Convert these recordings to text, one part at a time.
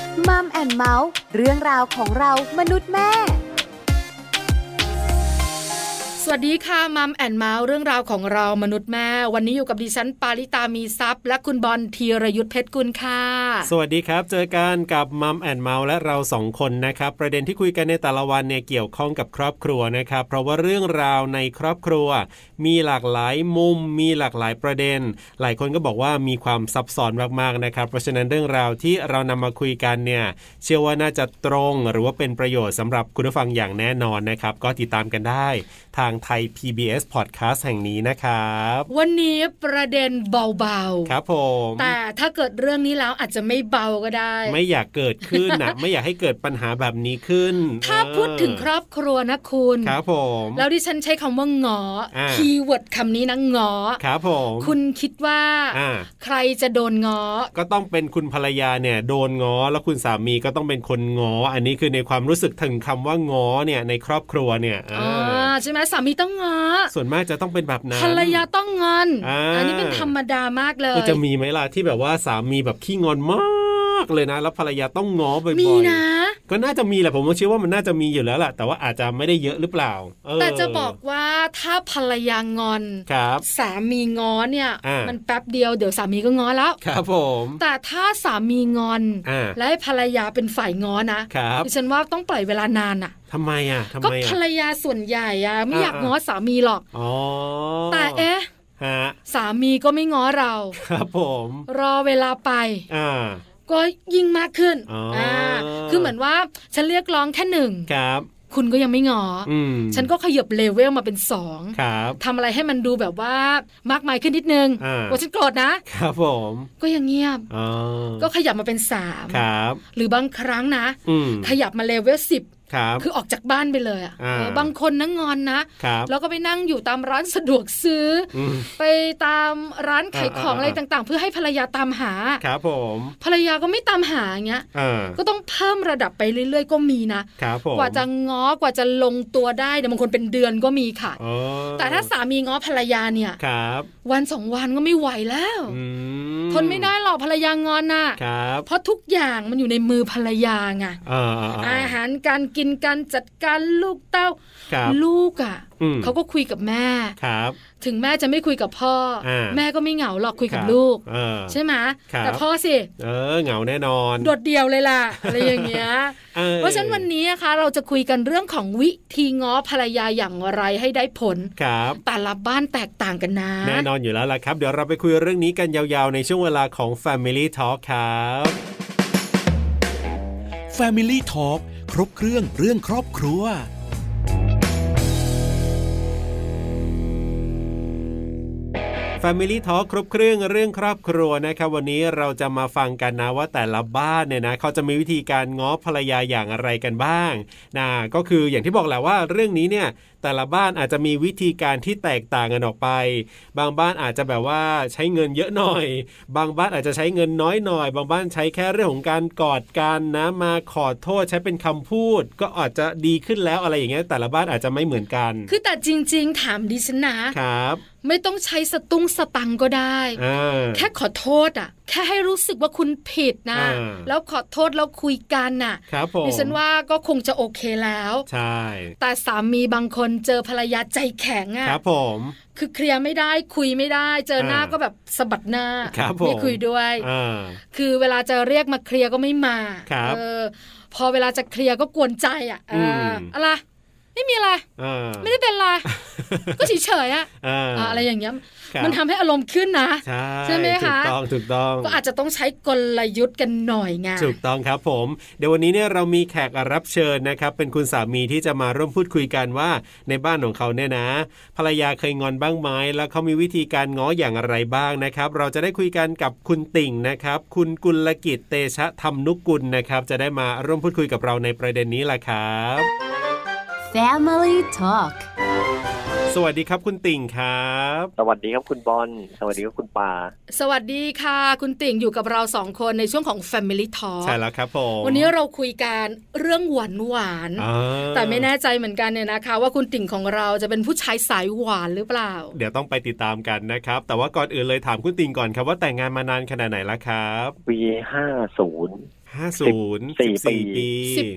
มัมแอนด์เมาส์เรื่องราวของเรามนุษย์แม่สวัสดีค่ะมัมแอนด์เมาส์เรื่องราวของเรามนุษย์แม่วันนี้อยู่กับดิฉันปาริตามีทรัพย์และคุณบอลธีรยุทธเพชรกุลค่ะสวัสดีครับเจอกันกับมัมแอนด์เมาส์และเราสองคนนะครับประเด็นที่คุยกันในแต่ละวันเนี่ยเกี่ยวข้องกับครอบครัวนะครับเพราะว่าเรื่องราวในครอบครัวมีหลากหลายมุมมีหลากหลายประเด็นหลายคนก็บอกว่ามีความซับซ้อนมากๆนะครับเพราะฉะนั้นเรื่องราวที่เรานำมาคุยกันเนี่ยเชื่อว่าน่าจะตรงหรือว่าเป็นประโยชน์สำหรับคุณผู้ฟังอย่างแน่นอนนะครับก็ติดตามกันได้ทางไทย PBS Podcast แห่งนี้นะครับวันนี้ประเด็นเบาๆครับผมแต่ถ้าเกิดเรื่องนี้แล้วอาจจะไม่เบาก็ได้ไม่อยากเกิดขึ้นนะ ไม่อยากให้เกิดปัญหาแบบนี้ขึ้นถ้าพูดถึงครอบครัวนะคุณครับผมแล้วดิฉันใช้คำว่าหงอคีย์เวิร์ดคำนี้นะหงอครับผมคุณคิดว่าใครจะโดนงอก็ต้องเป็นคุณภรรยาเนี่ยโดนงอแล้วคุณสามีก็ต้องเป็นคนงออันนี้คือในความรู้สึกถึงคำว่างอเนี่ยในครอบครัวเนี่ยใช่ไหมสามีต้องงอส่วนมากจะต้องเป็นแบบนั้นภรรยาต้องงอนอันนี้เป็นธรรมดามากเลยจะมีไหมล่ะที่แบบว่าสามีแบบขี้งอนมากเลยนะแล้วภรรยาต้องง้อบ่อยๆมีนะก็น่าจะมีแหละผมเชื่อว่ามันน่าจะมีอยู่แล้วแหละแต่ว่าอาจจะไม่ได้เยอะหรือเปล่าแต่จะบอกว่าถ้าภรรยางอนสามีง้อเนี่ยมันแป๊บเดียวเดี๋ยวสามีก็ง้อแล้วครับผมแต่ถ้าสามีงอนและให้ภรรยาเป็นฝ่ายง้อนะดิฉันว่าต้องปล่อยเวลานานอ่ะทำไมอ่ะก็ภรรยาส่วนใหญ่ไม่อยากง้อสามีหรอกแต่สามีก็ไม่ง้อเราครับผมรอเวลาไปก็ยิ่งมากขึ้นคือเหมือนว่าฉันเรียกร้องแค่1ครับคุณก็ยังไม่งอฉันก็ขยับเลเวลมาเป็น2ครับทำอะไรให้มันดูแบบว่ามากมายขึ้นนิดนึงว่าฉันโกรธนะครับผมก็ยังเงียบก็ขยับมาเป็น3ครับหรือบางครั้งนะขยับมาเลเวล10คือออกจากบ้านไปเลยบางคนนั่งงอนนะแล้วก็ไปนั่งอยู่ตามร้านสะดวกซื้อไปตามร้านขายของอะไรต่างๆเพื่อให้ภรรยาตามหาครับผมภรรยาก็ไม่ตามหาอย่างเงี้ยก็ต้องเพิ่มระดับไปเรื่อยๆก็มีนะกว่าจะง้อกว่าจะลงตัวได้บางคนเป็นเดือนก็มีค่ะแต่ถ้าสามีง้อภรรยาเนี่ยวัน2วันก็ไม่ไหวแล้วทนไม่ได้หรอกภรรยางอนน่ะเพราะทุกอย่างมันอยู่ในมือภรรยาไงอาหารการกินการจัดการลูกเต้าลูกเขาก็คุยกับแม่ถึงแม่จะไม่คุยกับพ่อแม่ก็ไม่เหงาหรอกคุยกับลูกใช่ไหมแต่พ่อสิเหงาแน่นอนโดดเดี่ยวเลยล่ะ อะไรอย่างเงี้ยเพราะฉะนั้นวันนี้นะคะเราจะคุยกันเรื่องของวิธีง้อภรรยาอย่างไรให้ได้ผลแต่ละบ้านแตกต่างกันนะแน่นอนอยู่แล้วล่ะครับเดี๋ยวเราไปคุยเรื่องนี้กันยาวๆในช่วงเวลาของ Family Talk ครับ Family Talk ครบเครื่องครอบครัว Family Talk ครบเครื่องครอบครัวนะครับวันนี้เราจะมาฟังกันนะว่าแต่ละบ้านเนี่ยนะเขาจะมีวิธีการง้อภรรยาอย่างไรกันบ้างก็คืออย่างที่บอกแหละว่าเรื่องนี้เนี่ยแต่ละบ้านอาจจะมีวิธีการที่แตกต่างกันออกไปบางบ้านอาจจะแบบว่าใช้เงินเยอะหน่อยบางบ้านอาจจะใช้เงินน้อยหน่อยบางบ้านใช้แค่เรื่องของการกอดกันนะมาขอโทษใช้เป็นคำพูดก็อาจจะดีขึ้นแล้วอะไรอย่างเงี้ยแต่ละบ้านอาจจะไม่เหมือนกันคือแต่จริงๆถามดิฉันนะครับไม่ต้องใช้สตุ้งสตังก็ได้แค่ขอโทษแค่ให้รู้สึกว่าคุณผิดนะแล้วขอโทษแล้วคุยกันดิฉันว่าก็คงจะโอเคแล้วใช่แต่สามีบางคนเจอภรรยาใจแข็งครับผมคือเคลียร์ไม่ได้คุยไม่ได้เจอหน้าก็แบบสะบัดหน้าไม่คุยด้วยคือเวลาจะเรียกมาเคลียร์ก็ไม่มาพอเวลาจะเคลียร์ก็กวนใจอะไรไม่มีอะไรไม่ได้เป็นไรก็เฉยๆอะไรอย่างเงี้ยมันทำให้อารมณ์ขึ้นนะใช่ไหมคะถูกต้องก็อาจจะต้องใช้กลยุทธ์กันหน่อยไงถูกต้องครับผมเดี๋ยววันนี้เนี่ยเรามีแขกรับเชิญนะครับเป็นคุณสามีที่จะมาร่วมพูดคุยกันว่าในบ้านของเขาเนี่ยนะภรรยาเคยงอนบ้างไหมแล้วเขามีวิธีการง้ออย่างไรบ้างนะครับเราจะได้คุยกันกับคุณติ่งนะครับคุณกุลกิจเตชะธรรมนุกุลนะครับจะได้มาร่วมพูดคุยกับเราในประเด็นนี้แหละครับ Family Talk สวัสดีครับคุณติ่งครับสวัสดีครับคุณบอลสวัสดีครับคุณปาสวัสดีค่ะคุณติ่งอยู่กับเรา2คนในช่วงของ Family Talk ใช่แล้วครับผมวันนี้เราคุยกันเรื่องหวานแต่ไม่แน่ใจเหมือนกันเนี่ยนะคะว่าคุณติ่งของเราจะเป็นผู้ชายสายหวานหรือเปล่าเดี๋ยวต้องไปติดตามกันนะครับแต่ว่าก่อนอื่นเลยถามคุณติ่งก่อนครับว่าแต่งงานมานานขนาดไหนแล้วครับปี14 ปี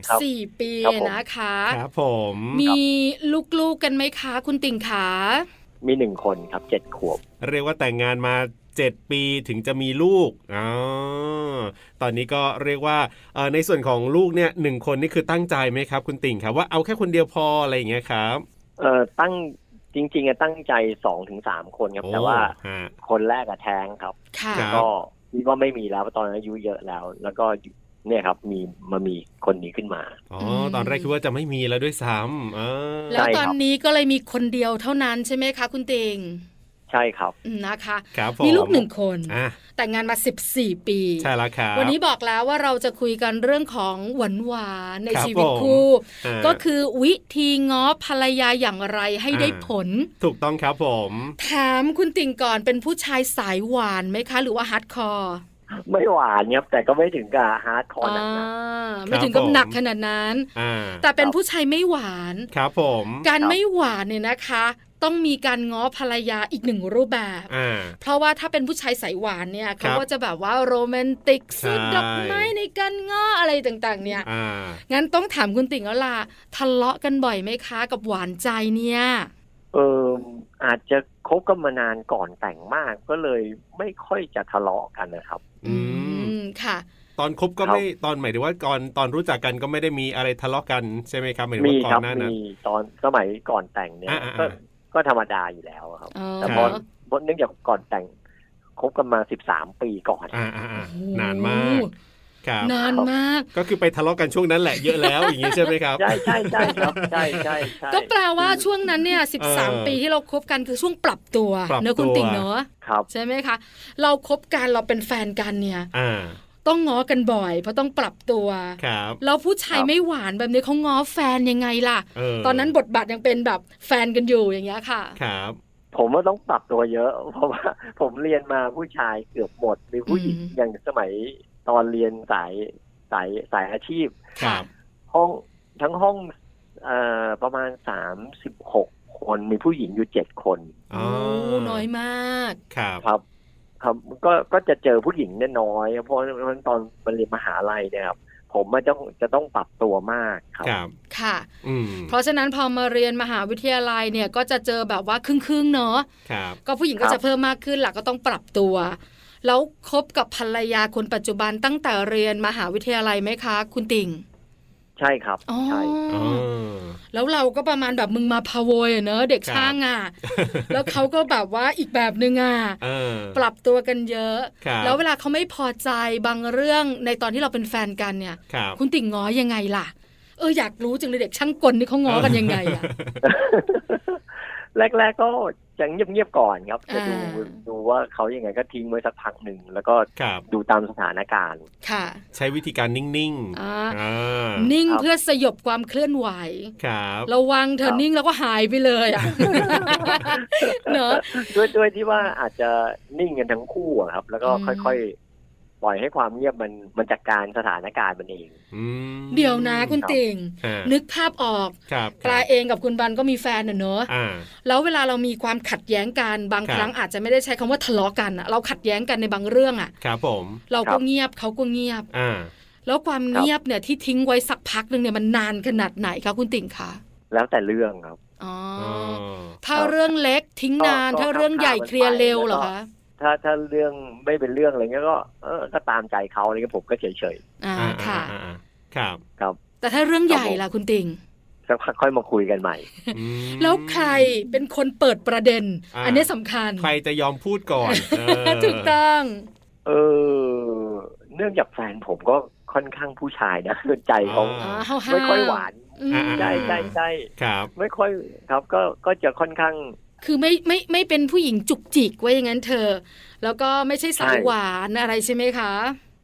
14 ปีนะคะครับผมมีลูกๆกันไหมคะคุณติ่งขามี1คนครับ7 ขวบเรียกว่าแต่งงานมา7 ปีถึงจะมีลูกตอนนี้ก็เรียกว่าในส่วนของลูกเนี่ย1 คนนี่คือตั้งใจไหมครับคุณติ่งครับว่าเอาแค่คนเดียวพออะไรอย่างเงี้ยครับตั้งจริงๆตั้งใจ 2-3 คนครับแต่ว่าคนแรกแท้งครับก็คิดว่าไม่มีแล้วตอนอายุเยอะแล้วก็เนี่ยครับมีคนนี้ขึ้นมาตอนแรกคิดว่าจะไม่มีแล้วด้วยซ้ำแล้วตอนนี้ก็เลยมีคนเดียวเท่านั้นใช่ไหมคะคุณติ่งใช่ครับนะคะมีลูก1 คนแต่งงานมา14 ปีใช่แล้วครับวันนี้บอกแล้วว่าเราจะคุยกันเรื่องของหวานในชีวิตคู่ก็คือวิธีง้อภรรยาอย่างไรให้ได้ผลถูกต้องครับผมถามคุณติ่งก่อนเป็นผู้ชายสายหวานไหมคะหรือว่าฮาร์ดคอร์ไม่หวานครับแต่ก็ไม่ถึงกับฮาร์ดคอร์หนักไม่ถึงกับหนักขนาดนั้นแต่เป็นผู้ชายไม่หวานครับผมการไม่หวานเนี่ยนะคะต้องมีการง้อภรรยาอีก1 รูปแบบเพราะว่าถ้าเป็นผู้ชายสายหวานเนี่ยเขาก็จะแบบว่าโรแมนติกสุดดอกไม้ในการง้ออะไรต่างๆเนี่ยงั้นต้องถามคุณติ่งแล้วล่ะทะเลาะกันบ่อยไหมคะกับหวานใจเนี่ยอาจจะคบกันมานานก่อนแต่งมากก็เลยไม่ค่อยจะทะเลาะกันนะครับค่ะตอนคบก็ไม่ตอนหมายถึงว่าตอนรู้จักกันก็ไม่ได้มีอะไรทะเลาะกันใช่ไหมครับหมายถึงว่าก่อนหน้านั้นมีตอนสมัยก่อนแต่งเนี่ยก็ธรรมดาอยู่แล้วครับแต่พอเนื่องจากก่อนแต่งคบกันมา13 ปีก่อนนานมากนานมากก็คือไปทะเลาะกันช่วงนั้นแหละเยอะแล้วอย่างนี้ใช่ไหมครับใช่ครับใช่ก็แปลว่าช่วงนั้นเนี่ย13 ปีที่เราคบกันคือช่วงปรับตัวเนอะคุณติ่งเนอะใช่ไหมคะเราคบกันเราเป็นแฟนกันเนี่ยต้องง้อกันบ่อยเพราะต้องปรับตัวแล้วผู้ชายไม่หวานแบบนี้เขาง้อแฟนยังไงล่ะตอนนั้นบทบาทยังเป็นแบบแฟนกันอยู่อย่างเงี้ยค่ะครับผมว่าต้องปรับตัวเยอะเพราะว่าผมเรียนมาผู้ชายเกือบหมดมีผู้หญิงอย่างสมัยตอนเรียนสายอาชีพห้องทั้งห้องประมาณ36 คนมีผู้หญิงอยู่7 คนน้อยมากครับก็จะเจอผู้หญิงน้อยเพราะตอนมาเรียนมหาลัยเนี่ยครับผมจะต้องปรับตัวมากครับค่ะเพราะฉะนั้นพอมาเรียนมหาวิทยาลัยเนี่ยก็จะเจอแบบว่าครึ่งเนาะก็ผู้หญิงก็จะเพิ่มมากขึ้นหลักก็ต้องปรับตัวแล้วคบกับภรรยาคนปัจจุบันตั้งแต่เรียนมหาวิทยาลัยไหมคะคุณติ่งใช่ครับใช่แล้วเราก็ประมาณแบบมึงมาพาโวยเนอะเด็กช่างอ่ะแล้วเขาก็แบบว่าอีกแบบนึงอ่ะปรับตัวกันเยอะแล้วเวลาเขาไม่พอใจบางเรื่องในตอนที่เราเป็นแฟนกันเนี่ยคุณติ่งง้อยังไงล่ะอยากรู้จังเลยเด็กช่างกลนี่เขาง้อกันยังไงอ่ะแรกๆก็จะเงียบๆก่อนครับจะดูว่าเขายังไงก็ทิ้งไว้สักพักหนึ่งแล้วก็ดูตามสถานการณ์ใช้วิธีการนิ่งๆนิ่งเพื่อสยบความเคลื่อนไหวระวังเธอนิ่งแล้วก็หายไปเลยอ่ะเนอะด้วยที่ว่าอาจจะนิ่งกันทั้งคู่ครับแล้วก็ค่อยๆปล่อยให้ความเงียบมันจัดการสถานการณ์มันเองเดี๋ยวนะคุณติ่งนึกภาพออกปลาเองกับคุณบันก็มีแฟนเนอะแล้วเวลาเรามีความขัดแย้งกันบางครั้งอาจจะไม่ได้ใช้คำว่าทะเลาะกันเราขัดแย้งกันในบางเรื่องอ่ะครับผมเราก็เงียบเขาก็เงียบแล้วความเงียบเนี่ยที่ทิ้งไว้สักพักนึงเนี่ยมันนานขนาดไหนคะคุณติ่งคะแล้วแต่เรื่องครับถ้าเรื่องเล็กทิ้งนานถ้าเรื่องใหญ่เคลียร์เร็วเหรอคะถ้าเรื่องไม่เป็นเรื่องอะไรเงี้ยก็ตามใจเขาอะไรเงี้ยผมก็เฉยๆค่ะครับแต่ถ้าเรื่องใหญ่ล่ะคุณติ่งสักพักค่อยมาคุยกันใหม่แล้วใครเป็นคนเปิดประเด็นอันนี้สำคัญใครจะยอมพูดก่อนถูกต้องเนื่องจากแฟนผมก็ค่อนข้างผู้ชายนะใจเขาไม่ค่อยหวานใช่ครับไม่ค่อยครับก็จะค่อนข้างคือไม่เป็นผู้หญิงจุกจิกไว้อย่างนั้นเธอแล้วก็ไม่ใช่สายหวานอะไรใช่ไหมคะ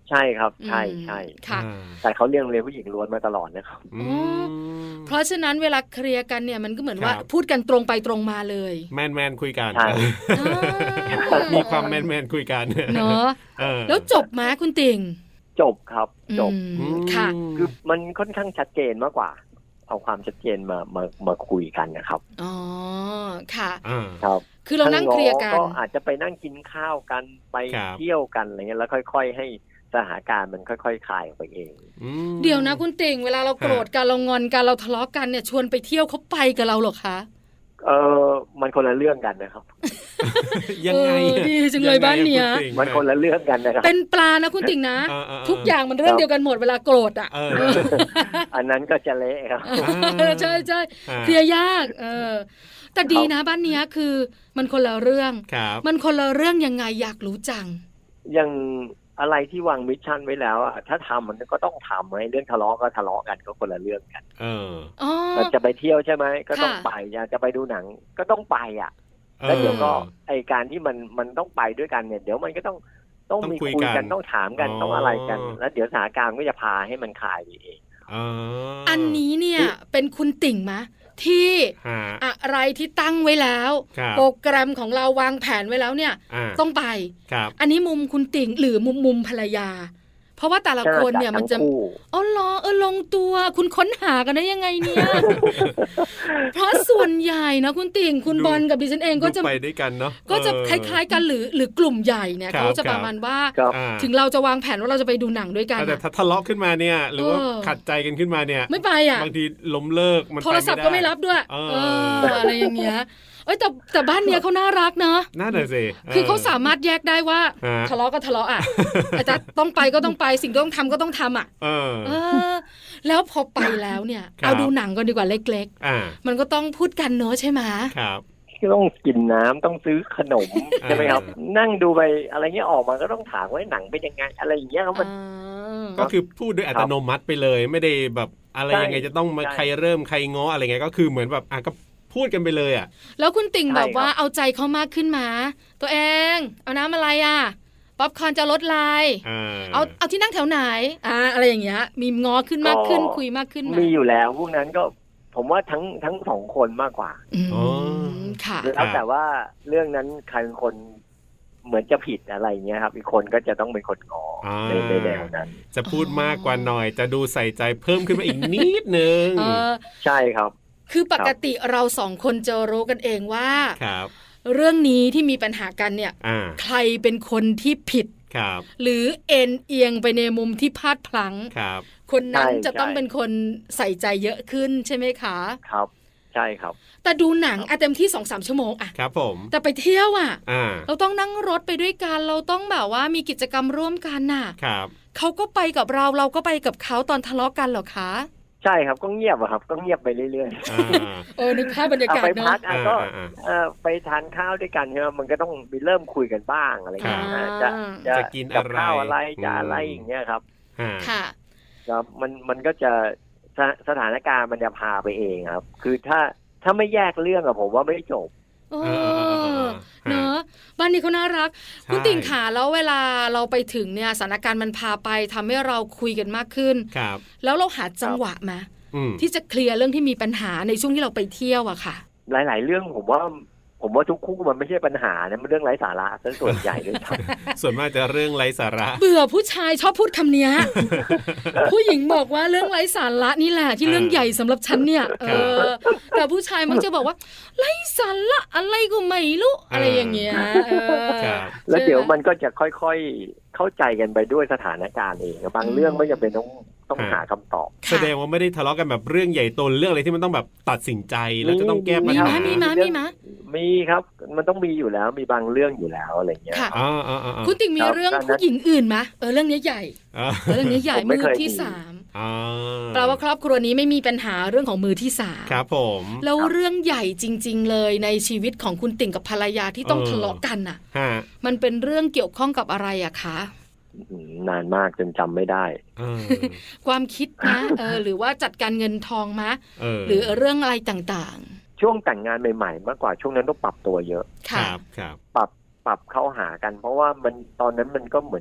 ใช่ครับใช่ค่ะแต่เขาเรียนผู้หญิงล้วนมาตลอดนะครับเพราะฉะนั้นเวลาเคลียร์กันเนี่ยมันก็เหมือนว่าพูดกันตรงไปตรงมาเลยแมนคุยกันมีความแมนคุยกันเนาะแล้วจบไหมคุณติ่งจบครับจบค่ะคือมันค่อนข้างชัดเจนมากกว่าเอาความชัดเจนมาคุยกันนะครับอ๋อค่ะครับคือเรานั่งเคลียร์กันก็อาจจะไปนั่งกินข้าวกันไปเที่ยวกันอะไรเงี้ยแล้วค่อยๆให้สถานการณ์มันค่อยๆคลายออกไปเองเดี๋ยวนะคุณติ่งเวลาเราโกรธกันเรางอนกันเราทะเลาะกันเนี่ยชวนไปเที่ยวเขาไปกับเราหรอคะมันคนละเรื่องกันนะครับยังไงดีจังเลยบ้านเนี้ยมันคนละเรื่องกันนะครับเป็นปลานะคุณติ่งนะทุกอย่างมันเรื่องเดียวกันหมดเวลาโกรธอ่ะอันนั้นก็จะเละครับใช่ใช่เคลียร์ยากแต่ดีนะบ้านเนี้ยคือมันคนละเรื่องมันคนละเรื่องยังไงอยากรู้จังยังอะไรที่วางมิชชั่นไว้แล้วอ่ะถ้าทำมันก็ต้องทำไว้เรื่องทะเลาะก็ทะเลาะกันก็คนละเรื่องกันจะไปเที่ยวใช่ไหมก็ต้องไปอยากจะไปดูหนังก็ต้องไปอ่ะแล้วเดี๋ยวก็ไอการที่มันต้องไปด้วยกันเนี่ยเดี๋ยวมันก็ต้องมีคุยกันต้องถามกันต้องอะไรกันแล้วเดี๋ยวสถานการณ์ก็จะพาให้มันคลายไปเองอันนี้เนี่ยเป็นคุณติ่งมะที่อะไรที่ตั้งไว้แล้วโปรแกรมของเราวางแผนไว้แล้วเนี่ยต้องไปอันนี้มุมคุณติ่งหรือมุมภรรยาเพราะว่าแต่ละคนเนี่ยมันจะลงตัวคุณค้นหากันได้ยังไงเนี่ย เพราะส่วนใหญ่นะคุณติ่งคุณบอลกับดิฉันเองก็จะไปด้วยกันเนาะก็จะคล้ายๆกันหรือกลุ่มใหญ่เนี่ยเขาจะประมาณว่าถึงเราจะวางแผนว่าเราจะไปดูหนังด้วยกันแต่ถ้าทะเลาะขึ้นมาเนี่ยหรือว่าขัดใจกันขึ้นมาเนี่ยไม่ไปอ่ะบางทีล้มเลิกมันโทรศัพท์ก็ไม่รับด้วยอะไรอย่างเงี้ยแต่บ้านเนี้ยเขาน่ารักเนาะน่าเลยสิคือเขาสามารถแยกได้ว่าทะเลาะก็ทะเลาะอ่ะอาจจะต้องไปก็ต้องไปสิ่งที่ต้องทำก็ต้องทำอ่ะแล้วพอไปแล้วเนี่ยเอาดูหนังกันดีกว่าเล็กๆมันก็ต้องพูดกันเนอะใช่ไหมครับต้องกินน้ำต้องซื้อขนมใช่ไหมครับนั่งดูไปอะไรเงี้ยออกมาก็ต้องถามว่าหนังเป็นยังไงอะไรอย่างเงี้ยมันก็คือพูดด้วยอัตโนมัติไปเลยไม่ได้แบบอะไรยังไงจะต้องมาใครเริ่มใครง้ออะไรเงี้ยก็คือเหมือนแบบก็พูดกันไปเลยอ่ะแล้วคุณติ่งแบบว่าเอาใจเขามากขึ้นมาตัวเองเอาน้ำอะไรอ่ะป๊อปคอร์นจะลดลายเอาที่นั่งแถวไหนอะไรอย่างเงี้ยมีง้อขึ้นมากขึ้นคุยมากขึ้นมีอยู่แล้วพวกนั้นก็ผมว่าทั้งสองคนมากกว่าค่ะแล้วแต่ว่าเรื่องนั้นใครเป็นคนเหมือนจะผิดอะไรเงี้ยครับอีกคนก็จะต้องเป็นคนง้อในแนวนั้นจะพูดมากกว่าหน่อยจะดูใส่ใจเพิ่มขึ้นมาอีกนิดนึงใช่ครับคือปกติเราสองคนจะรู้กันเองว่าเรื่องนี้ที่มีปัญหากันเนี่ยใครเป็นคนที่ผิดหรือเอ็นเอียงไปในมุมที่พลาดพลั้งคนนั้นจะต้องเป็นคนใส่ใจเยอะขึ้นใช่ไหมคะครับใช่ครับแต่ดูหนังเต็มที่ 2-3 ชั่วโมงอะครับผมแต่ไปเที่ยวเราต้องนั่งรถไปด้วยกันเราต้องแบบว่ามีกิจกรรมร่วมกันน่ะเขาก็ไปกับเราก็ไปกับเขาตอนทะเลาะกันเหรอคะใช่ครับก็เงียบอะครับก็เงียบไปเรื่อยๆนึกภาพบรรยากาศเนาะไปพักก็ไปทานข้าวด้วยกันใช่ไหมมันก็ต้องมีเริ่มคุยกันบ้างอะไรอย่างเงี้ยจะกินข้าวอะไรจะอะไรอย่างเงี้ยครับค่ะครับมันก็จะสถานการณ์มันจะพาไปเองครับคือถ้าไม่แยกเรื่องอะผมว่าไม่จบเนอะบ้านนี้เขาน่ารักคุณติ่งขาแล้วเวลาเราไปถึงเนี่ยสถานการณ์มันพาไปทำให้เราคุยกันมากขึ้นแล้วเราหาจังหวะมาที่จะเคลียร์เรื่องที่มีปัญหาในช่วงที่เราไปเที่ยวอะค่ะหลายๆเรื่องผมว่าทุกคู่มันไม่ใช่ปัญหานะมันเรื่องไร้สาระซะส่วนใหญ่เลยครับส่วนมากจะเรื่องไร้สาระเบื่อผู้ชายชอบพูดคำนี้ ผู้หญิงบอกว่าเรื่องไร้สาระนี่แหละที่เรื่องใหญ่สำหรับฉันเนี่ยแต่ผู้ชายมักจะบอกว่าไร้สาระอะไรก็ไม่รู้อะไรอย่างเงี้ยแล้วเดี๋ยวมันก็จะค่อยๆเข้าใจกันไปด้วยสถานการณ์เองบางเรื่องไม่จำเป็นต้องหาคำตอบแสดงว่าไม่ได้ทะเลาะกันแบบเรื่องใหญ่โตเรื่องอะไรที่มันต้องแบบตัดสินใจแล้วจะต้องแก้ปัญหามีครับมันต้องมีอยู่แล้วมีบางเรื่องอยู่แล้วอะไรเงี้ยคุณติ่งมีเรื่องผู้หญิงอื่นไหมเรื่องนี้ใหญ่เรื่องนี้ใหญ่มือที่3แปลว่าครอบครัวนี้ไม่มีปัญหาเรื่องของมือที่3 ครับผมแล้วเรื่องใหญ่จริงๆเลยในชีวิตของคุณติ่งกับภรรยาที่ต้องทะเลาะกันน่ะมันเป็นเรื่องเกี่ยวข้องกับอะไรอะคะนานมากจนจำไม่ได้ความคิดนะหรือว่าจัดการเงินทองมะหรือเรื่องอะไรต่างๆช่วงแต่งงานใหม่ๆมากกว่าช่วงนั้นต้องปรับตัวเยอะครับปรับเข้าหากันเพราะว่ามันตอนนั้นมันก็เหมือน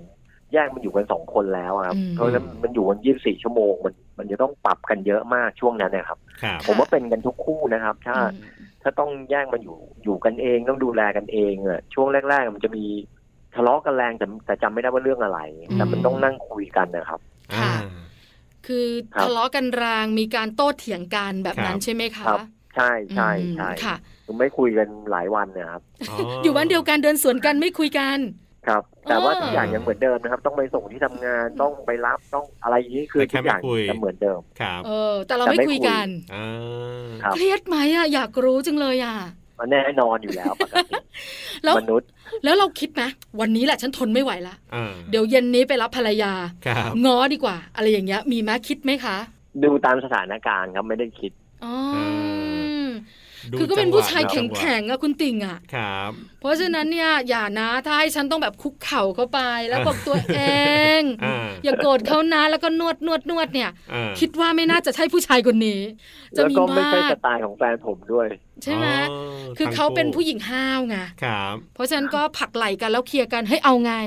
แยกมันอยู่กัน2คนแล้วครับเพราะฉะนั้นมันอยู่กัน24ชั่วโมงมันจะต้องปรับกันเยอะมากช่วงนั้นนะครับผมว่าเป็นกันทุกคู่นะครับถ้าต้องแยกมันอยู่กันเองต้องดูแลกันเองอ่ะช่วงแรกๆมันจะมีทะเลาะกันแรงแต่จำไม่ได้ว่าเรื่องอะไรแต่มันต้องนั่งคุยกันนะครับค่ะคือทะเลาะกันแรงมีการโต้เถียงกันแบบนั้นใช่ไหมคะใช่ใช่ใช่ค่ะไม่คุยกันหลายวันนะครับอยู่บ้านเดียวกันเดินสวนกันไม่คุยกันครับแต่ว่าทุกอย่างยังเหมือนเดิมนะครับต้องไปส่งที่ทำงานต้องไปรับต้องอะไรอย่างนี้คือทุกอย่างจะเหมือนเดิมครับแต่เราไม่คุยกันเครียดไหมอ่ะอยากรู้จังเลยอ่ะแน่นอนอยู่แล้วปกติมนุษย์แล้วเราคิดไหมวันนี้แหละฉันทนไม่ไหวละเดี๋ยวเย็นนี้ไปรับภรรยาง้อดีกว่าอะไรอย่างเงี้ยมีไหมคิดไหมคะดูตามสถานการณ์ครับไม่ได้คิดคือก็เป็นผู้ชายแข็งๆอะคุณติ่งอะครับเพราะฉะนั้นเนี่ยอย่านะถ้าให้ฉันต้องแบบคุกเข่าเข้าไปแล้วบอกตัวเอง อย่าโกรธเขานะแล้วก็นวดเนี่ยคิดว่าไม่น่าจะใช่ผู้ชายคนนี้จะมีมากแล้วก็ไม่ใช่สไตล์ของแฟนผมด้วยใช่ไหมคือเขาเป็นผู้หญิงห้าวไงเพราะฉะนั้นก็ผลักไหล่กันแล้วเคลียร์กันให้เอาไง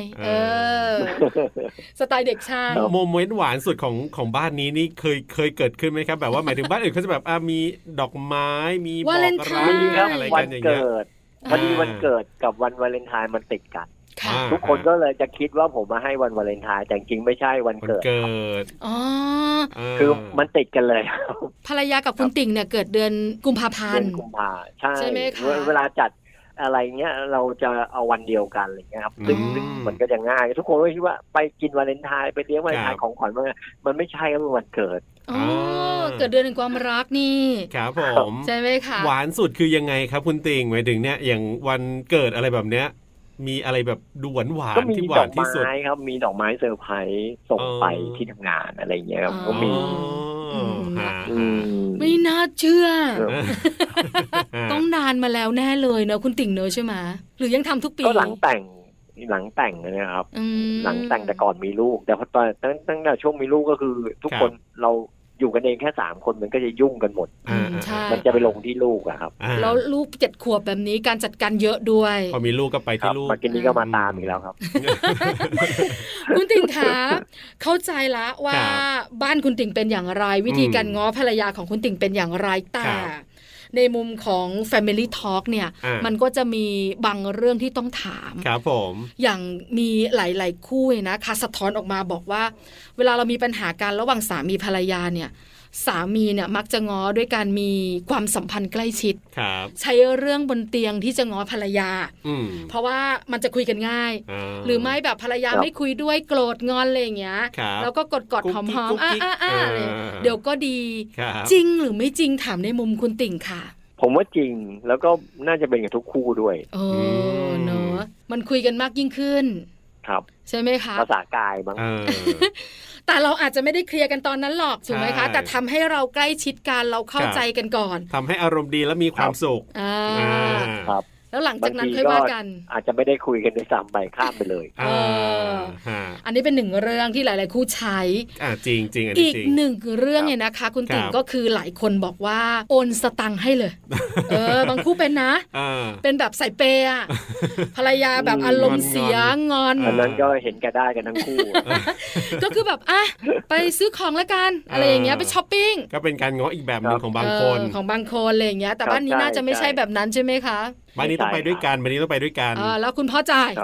สไตล์เด็กชายโมเมนต์หวานสุดของบ้านนี้นี่เคยเกิดขึ้นไหมครับแบบว่าหมายถึงบ้านอื่นเขาจะแบบมีดอกไม้มีบอกรักอะไรกันอย่างเงี้ยวันเกิดกับวันวาเลนไทน์มันติดกันทุกคนก็เลยจะคิดว่าผมมาให้วันวาเลนไทน์แต่จริงไม่ใช่วันเกิดคือมันติดกันเลยภรรยากับคุณติ่งเนี่ยเกิดเดือนกุมภาพันธ์ใช่ไหมคะเวลาจัดอะไรเงี้ยเราจะเอาวันเดียวกันอะไรเงี้ยครับซึ่งมันก็จะง่ายทุกคนก็คิดว่าไปกินวาเลนไทน์ไปเลี้ยงวาเลนไทน์ของขวัญมันไม่ใช่ครับวันเกิดเกิดเดือนแห่งความรักนี่ครับผมใช่ไหมคะหวานสุดคือยังไงครับคุณติ่งหมายถึงเนี่ยอย่างวันเกิดอะไรแบบเนี้ยมีอะไรแบบดูหวานที่หวานที่สุดครับมีดอกไม้เซอร์ไพรส์ส่งไปที่ทำงานอะไรเงี้ยครับก็มีไม่น่าเชื่อต้องนานมาแล้วแน่เลยเนอะคุณติ่งเนอะใช่ไหมหรือยังทำทุกปีก็หลังแต่งนะครับหลังแต่งแต่ก่อนมีลูกแต่พอตั้งแต่ช่วงมีลูกก็คือทุกคนเราอยู่กันเองแค่3คนมันก็จะยุ่งกันหมดมันจะไปลงที่ลูกอะครับแล้วลูก7 ขวบแบบนี้การจัดการเยอะด้วยพอมีลูกก็ไปที่ลูกมากินนี้ก็มาตามอีกแล้วครับคุณติ่งคะเข้าใจละว่าบ้านคุณติ่งเป็นอย่างไรวิธีการง้อภรรยาของคุณติ่งเป็นอย่างไรแต่ในมุมของ Family Talk เนี่ยมันก็จะมีบางเรื่องที่ต้องถามครับผมอย่างมีหลายๆคู่นะคะสะท้อนออกมาบอกว่าเวลาเรามีปัญหากันระหว่างสามีภรรยาเนี่ยสามีเนี่ยมักจะง้อด้วยการมีความสัมพันธ์ใกล้ชิดใช้เรื่องบนเตียงที่จะง้อภรรยาเพราะว่ามันจะคุยกันง่ายหรือไม่แบบภรรยาไม่คุยด้วยโกรธงอนอะไรอย่างเงี้ยแล้วก็กอดหอมๆเดี๋ยวก็ดีจริงหรือไม่จริงถามในมุมคุณติ่งค่ะผมว่าจริงแล้วก็น่าจะเป็นกับทุกคู่ด้วยเนอะมันคุยกันมากยิ่งขึ้นครับใช่ไหมคะภาษากายบ้างแต่เราอาจจะไม่ได้เคลียร์กันตอนนั้นหรอกถูกไหมคะแต่ทำให้เราใกล้ชิดกันเราเข้าใจกันก่อนทำให้อารมณ์ดีและมีความสุขครับแล้วหลังจากนั้นค่อยว่ากันอาจจะไม่ได้คุยกันด้วยซ้ำไปข้ามไปเลยอันนี้เป็นหนึ่งเรื่องที่หลายๆคู่ใช้จริงจริงอีกหนึ่งเรื่องเนี่ยนะคะคุณติ๋งก็คือหลายคนบอกว่าโอนสตังค์ให้เลยบางคู่เป็นนะเป็นแบบใส่เปย์ภรรยาแบบอารมณ์เสียงอนอันนั้นก็เห็นแก่ได้กันทั้งคู่ก็คือแบบไปซื้อของละกันอะไรอย่างเงี้ยไปช้อปปิ้งก็เป็นการง้ออีกแบบนึงของบางคนของบางคนอะไรอย่างเงี้ยแต่บ้านนี้น่าจะไม่ใช่แบบนั้นใช่ไหมคะวันนี้ต้องไปด้วยกันวันนี้ต้องไปด้วยกันแล้วคุณพ่อจ่าย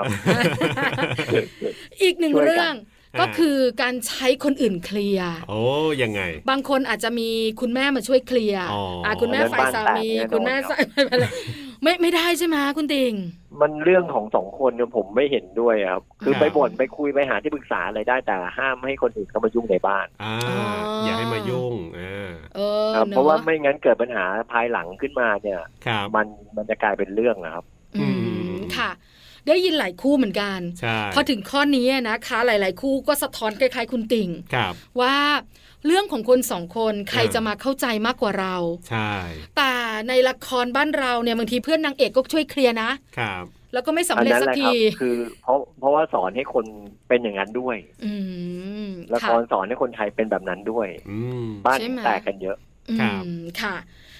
อีกหนึ่งเรื่องก็คือการใช้คนอื่นเคลียร์โอ้ยังไงบางคนอาจจะมีคุณแม่มาช่วยเคลียร์คุณแม่ฝ่ายสามีคุณแม่ไม่ได้ใช่ไหมคุณติ่งมันเรื่องของ2คนเนี่ยผมไม่เห็นด้วยครับคือไปบ่นไปคุยไปหาที่ปรึกษาอะไรได้แต่ห้ามให้คนอื่นเข้ามายุ่งในบ้านอย่าให้มายุ่งเพราะว่าไม่งั้นเกิดปัญหาภายหลังขึ้นมาเนี่ยมันจะกลายเป็นเรื่องนะครับค่ะได้ยินหลายคู่เหมือนกันพอถึงข้อนี้นะคะหลายๆคู่ก็สะท้อนคล้ายๆคุณติ่งว่าเรื่องของคน2คนใครจะมาเข้าใจมากกว่าเราใช่แต่ในละครบ้านเราเนี่ยบางทีเพื่อนนางเอกก็ช่วยเคลียร์นะครับแล้วก็ไม่สำเร็จสักทีคือเพราะว่าสอนให้คนเป็นอย่างนั้นด้วยละครสอนให้คนไทยเป็นแบบนั้นด้วยบ้านแตกกันเยอะค่ะ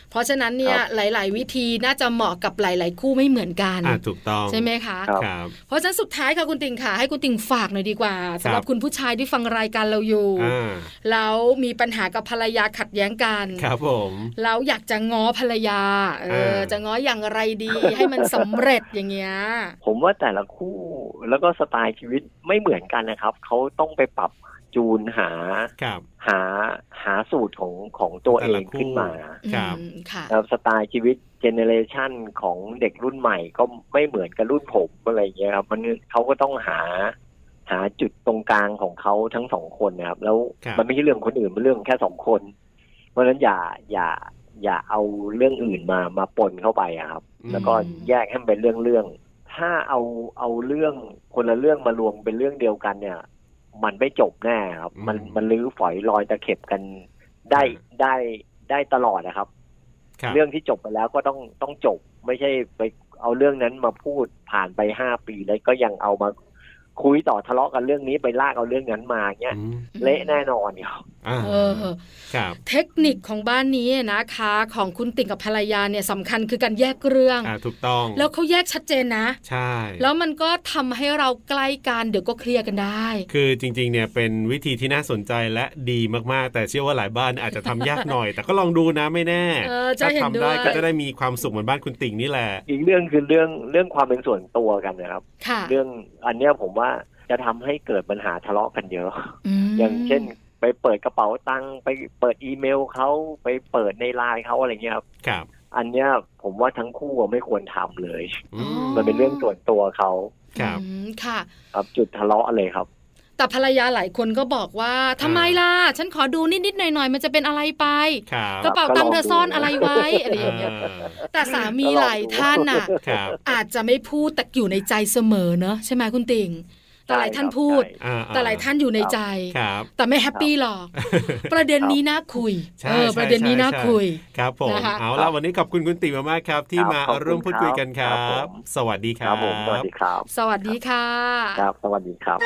เพราะฉะนั้นเนี่ยหลายๆวิธีน่าจะเหมาะกับหลายๆคู่ไม่เหมือนกันถูกต้องใช่ไหมคะครับเพราะฉะนั้นสุดท้ายค่ะคุณติ่งค่ะให้คุณติ่งฝากหน่อยดีกว่าสำหรับคุณผู้ชายที่ฟังรายการเราอยู่แล้วมีปัญหากับภรรยาขัดแย้งกันครับผมแล้วอยากจะง้อภรรยาจะง้ออย่างไรดี ให้มันสำเร็จอย่างเงี้ยผมว่าแต่ละคู่แล้วก็สไตล์ชีวิตไม่เหมือนกันนะครับเขาต้องไปปรับจูนหาสูตรของตัวเองขึ้นมาแล้วสไตล์ชีวิตเจเนเรชันของเด็กรุ่นใหม่ก็ไม่เหมือนกับรุ่นผมอะไรเงี้ยครับมันเขาก็ต้องหาจุดตรงกลางของเขาทั้งสองคนนะครับแล้วมันไม่ใช่เรื่องคนอื่นมันเรื่องแค่สองคนเพราะฉะนั้นอย่าเอาเรื่องอื่นมาปนเข้าไปครับแล้วก็แยกให้เป็นเรื่องถ้าเอาเรื่องคนละเรื่องมารวมเป็นเรื่องเดียวกันเนี่ยมันไม่จบแน่ครับมันลื้อฝอยลอยตะเข็บกันได้ตลอดนะครับเรื่องที่จบไปแล้วก็ต้องจบไม่ใช่ไปเอาเรื่องนั้นมาพูดผ่านไป5 ปีแล้วก็ยังเอามาคุยต่อทะเลาะกันเรื่องนี้ไปลากเอาเรื่องนั้นมาเงี้ยเละแน่นอนครับเทคนิคของบ้านนี้นะคะของคุณติ่งกับภรรยาเนี่ยสำคัญคือการแยกเรื่องถูกต้องแล้วเขาแยกชัดเจนนะใช่แล้วมันก็ทำให้เราใกล้กันเดี๋ยวก็เคลียร์กันได้คือจริงๆเนี่ยเป็นวิธีที่น่าสนใจและดีมากๆแต่เชื่อว่าหลายบ้านอาจจะทำยากหน่อยแต่ก็ลองดูนะไม่แน่ถ้าทำได้ก็จะได้มีความสุขเหมือนบ้านคุณติ่งนี่แหละอีกเรื่องคือเรื่องความเป็นส่วนตัวกันนะครับเรื่องอันเนี้ยผมว่าจะทำให้เกิดปัญหาทะเลาะกันเยอะอย่างเช่นไปเปิดกระเป๋าตังค์ไปเปิดอีเมลเขาไปเปิดในไลน์เขาอะไรเงี้ยครับอันเนี้ยผมว่าทั้งคู่ไม่ควรทำเลยมันเป็นเรื่องส่วนตัวเขาครับค่ะครับจุดทะเลาะเลยครับแต่ภรรยาหลายคนก็บอกว่าทำไมล่ะฉันขอดูนิดๆหน่อยๆมันจะเป็นอะไรไปกระเป๋าตังค์เธอซ่อนอะไรไว้อะไรอย่างเงี้ยแต่สามีหลายท่านน่ะอาจจะไม่พูดแต่อยู่ในใจเสมอเนอะใช่ไหมคุณติ่งแต่หลายท่านพูดแต่หลายท่านอยู่ในใจแต่ไม่แฮปปี้หรอกประเด็นนี้น่าคุยประเด็นนี้น่าคุยครับผมเอาล่ะวันนี้ขอบคุณคุณติ่งมากๆครับที่มาร่วมพูดคุยกันครับสวัสดีครับสวัสดีครับสวัสดีค่ะครับสวัสดีครับ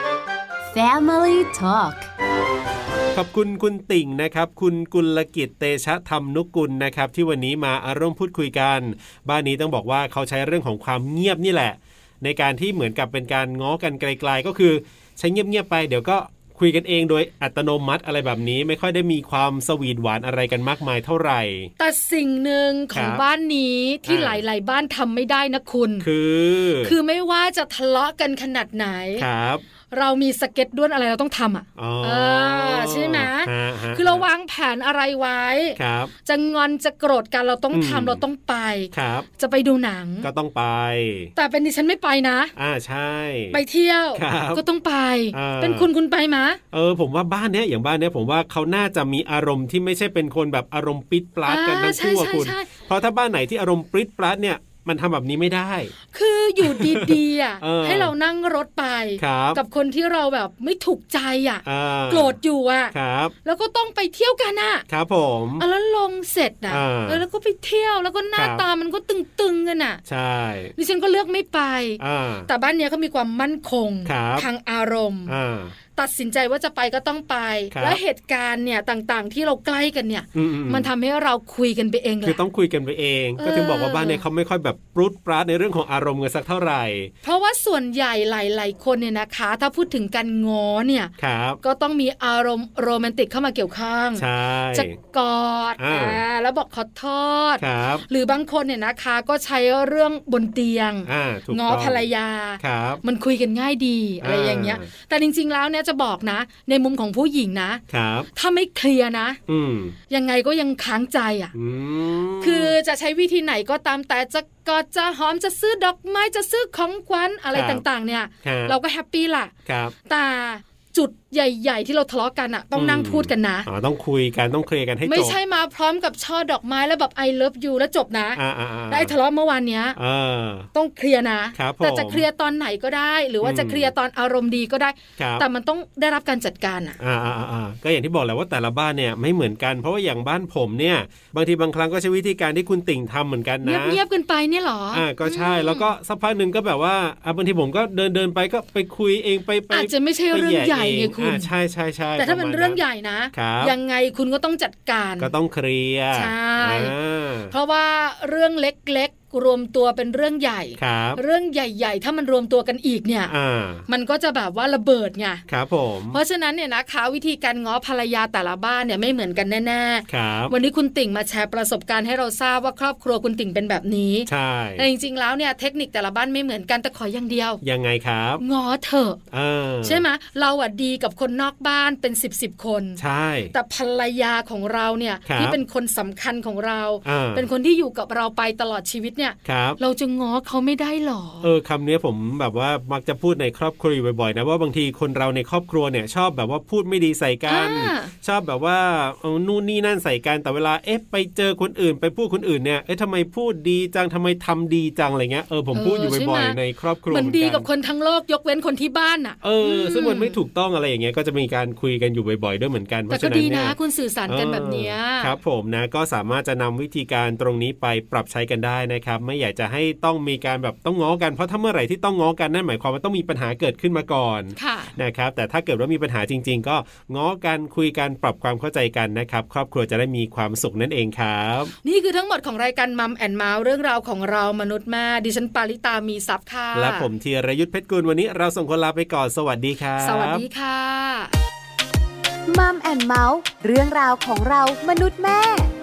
Family Talk ขอบคุณคุณติ่งนะครับคุณกุลกิจเตชะธรรมนุกุลนะครับที่วันนี้มาร่วมพูดคุยกันบ้านนี้ต้องบอกว่าเขาใช้เรื่องของความเงียบนี่แหละในการที่เหมือนกับเป็นการง้อกันไกลๆก็คือใช้เงียบๆไปเดี๋ยวก็คุยกันเองโดยอัตโนมัติอะไรแบบนี้ไม่ค่อยได้มีความสวีทหวานอะไรกันมากมายเท่าไหร่แต่สิ่งหนึ่งของบ้านนี้ที่หลายๆบ้านทำไม่ได้นะคุณคือไม่ว่าจะทะเลาะกันขนาดไหนครับเรามีสเก็ตด้วนอะไรเราต้องทำใช่ไหมคือเราวางแผนอะไรไว้จะงอนจะโกรธกันเราต้องทำเราต้องไปจะไปดูหนังก็ต้องไปแต่เป็นดิฉันไม่ไปนะใช่ไปเที่ยวก็ต้องไปเป็นคุณไปมะผมว่าบ้านเนี้ยอย่างบ้านเนี้ยผมว่าเขาน่าจะมีอารมณ์ที่ไม่ใช่เป็นคนแบบอารมณ์ปิดปลัดกันทั้งคู่คุณเพราะถ้าบ้านไหนที่อารมณ์ปิดปลัดเนี่ยมันทำแบบนี้ไม่ได้คืออยู่ดีๆ ให้เรานั่งรถไปกับคนที่เราแบบไม่ถูกใจโกรธอยู่แล้วก็ต้องไปเที่ยวกันครับผมแล้วลงเสร็จแล้วก็ไปเที่ยวแล้วก็หน้าตามันก็ตึงๆกันใช่ดิฉันก็เลือกไม่ไปแต่บ้านเนี้ยเขามีความมั่นคงทางอารมณ์ตัดสินใจว่าจะไปก็ต้องไปและเหตุการณ์เนี่ยต่างๆที่เราใกล้กันเนี่ยมันทำให้เราคุยกันไปเองแหละคือต้องคุยกันไปเองก็ถึงบอกว่าบ้านเนี่ยเขาไม่ค่อยแบบปรุดปราดในเรื่องของอารมณ์กันสักเท่าไหร่เพราะว่าส่วนใหญ่หลายๆคนเนี่ยนะคะถ้าพูดถึงการง้อเนี่ยก็ต้องมีอารมณ์โรแมนติกเข้ามาเกี่ยวข้องจะกอดแล้วบอกขอโทษหรือบางคนเนี่ยนะคะก็ใช้เรื่องบนเตียงง้อภรรยามันคุยกันง่ายดีอะไรอย่างเงี้ยแต่จริงๆแล้วเนี่ยจะบอกนะในมุมของผู้หญิงนะถ้าไม่เคลียร์นะยังไงก็ยังค้างใจคือจะใช้วิธีไหนก็ตามแต่จะกอดจะหอมจะซื้อดอกไม้จะซื้อของขวัญอะไรต่างๆเนี่ยเราก็แฮปปี้ล่ะแต่จุดใหญ่ๆที่เราทะเลาะกันต้องนั่งพูดกันนะต้องคุยกันต้องเคลียร์กันให้จบไม่ใช่มาพร้อมกับช่อดอกไม้แล้วแบบ I love you แล้วจบนะได้ทะเลาะเมื่อวานเนี้ยต้องเคลียร์นะแต่จะเคลียร์ตอนไหนก็ได้หรือว่าจะเคลียร์ตอนอารมณ์ดีก็ได้แต่มันต้องได้รับการจัดการก็อย่างที่บอกแหละว่าแต่ละบ้านเนี่ยไม่เหมือนกันเพราะว่าอย่างบ้านผมเนี่ยบางทีบางครั้งก็ใช้วิธีการที่คุณติ่งทำเหมือนกันนะเงียบๆกันไปเนี่ยหรอก็ใช่แล้วก็สักพักนึงก็แบบว่าบางทีผมก็เดินไปก็ไปคุยเองไปอาจจะไม่ใช่เรื่องใหญ่ไงคุคุณใช่ใช่ใช่แต่ถ้าเป็นเรื่องใหญ่นะยังไงคุณก็ต้องจัดการก็ต้องเคลียร์ใช่เพราะว่าเรื่องเล็กรวมตัวเป็นเรื่องใหญ่เรื่องใหญ่ๆถ้ามันรวมตัวกันอีกเนี่ยมันก็จะแบบว่าระเบิดไงครับผมเพราะฉะนั้นเนี่ยนะคะวิธีการง้อภรรยาแต่ละบ้านเนี่ยไม่เหมือนกันแน่ๆวันนี้คุณติ่งมาแชร์ประสบการณ์ให้เราทราบว่าครอบครัวคุณติ่งเป็นแบบนี้ใช่แต่จริงๆแล้วเนี่ยเทคนิคแต่ละบ้านไม่เหมือนกันแต่ขออย่างเดียวยังไงครับง้อเถอะใช่ไหมเราอ่ะดีกับคนนอกบ้านเป็น10คนใช่แต่ภรรยาของเราเนี่ยที่เป็นคนสำคัญของเราเป็นคนที่อยู่กับเราไปตลอดชีวิตเนี่ยเราจะง้อเขาไม่ได้หรอคำนี้ผมแบบว่ามักจะพูดในครอบครัวบ่อยๆนะว่าบางทีคนเราในครอบครัวเนี่ยชอบแบบว่าพูดไม่ดีใส่กันชอบแบบว่านู่นนี่นั่นใส่กันแต่เวลาไปเจอคนอื่นไปพูดคนอื่นเนี่ยทำไมพูดดีจังทำไมทำดีจังอะไรเงี้ยผมพูดอยู่บ่อยๆในครอบครัวเหมือนดีกับคนทั้งโลกยกเว้นคนที่บ้านอ่ะซึ่งมันไม่ถูกต้องอะไรอย่างเงี้ยก็จะมีการคุยกันอยู่บ่อยๆด้วยเหมือนกันเพราะฉะนั้นเนี่ยแต่ก็ดีนะคุณสื่อสารกันแบบนี้ครับผมนะก็สามารถจะนำวิธีการตรงนี้ไปปรับใช้กันได้นะครับไม่อยากจะให้ต้องมีการแบบต้องง้อกันเพราะถ้าเมื่อไหร่ที่ต้องง้อกันนั่นหมายความว่าต้องมีปัญหาเกิดขึ้นมาก่อนนะครับแต่ถ้าเกิดว่ามีปัญหาจริงๆก็ง้อกันคุยกันปรับความเข้าใจกันนะครับครอบครัวจะได้มีความสุขนั่นเองครับนี่คือทั้งหมดของรายการมัมแอนด์เมาส์เรื่องราวของเรามนุษย์แม่ดิฉันปาริตามีซับค่ะและผมธีรยุทธเพชรกุลวันนี้เราส่งคนลาไปก่อนสวัสดีครับสวัสดีค่ะมัมแอนด์เมาส์เรื่องราวของเรามนุษย์แม่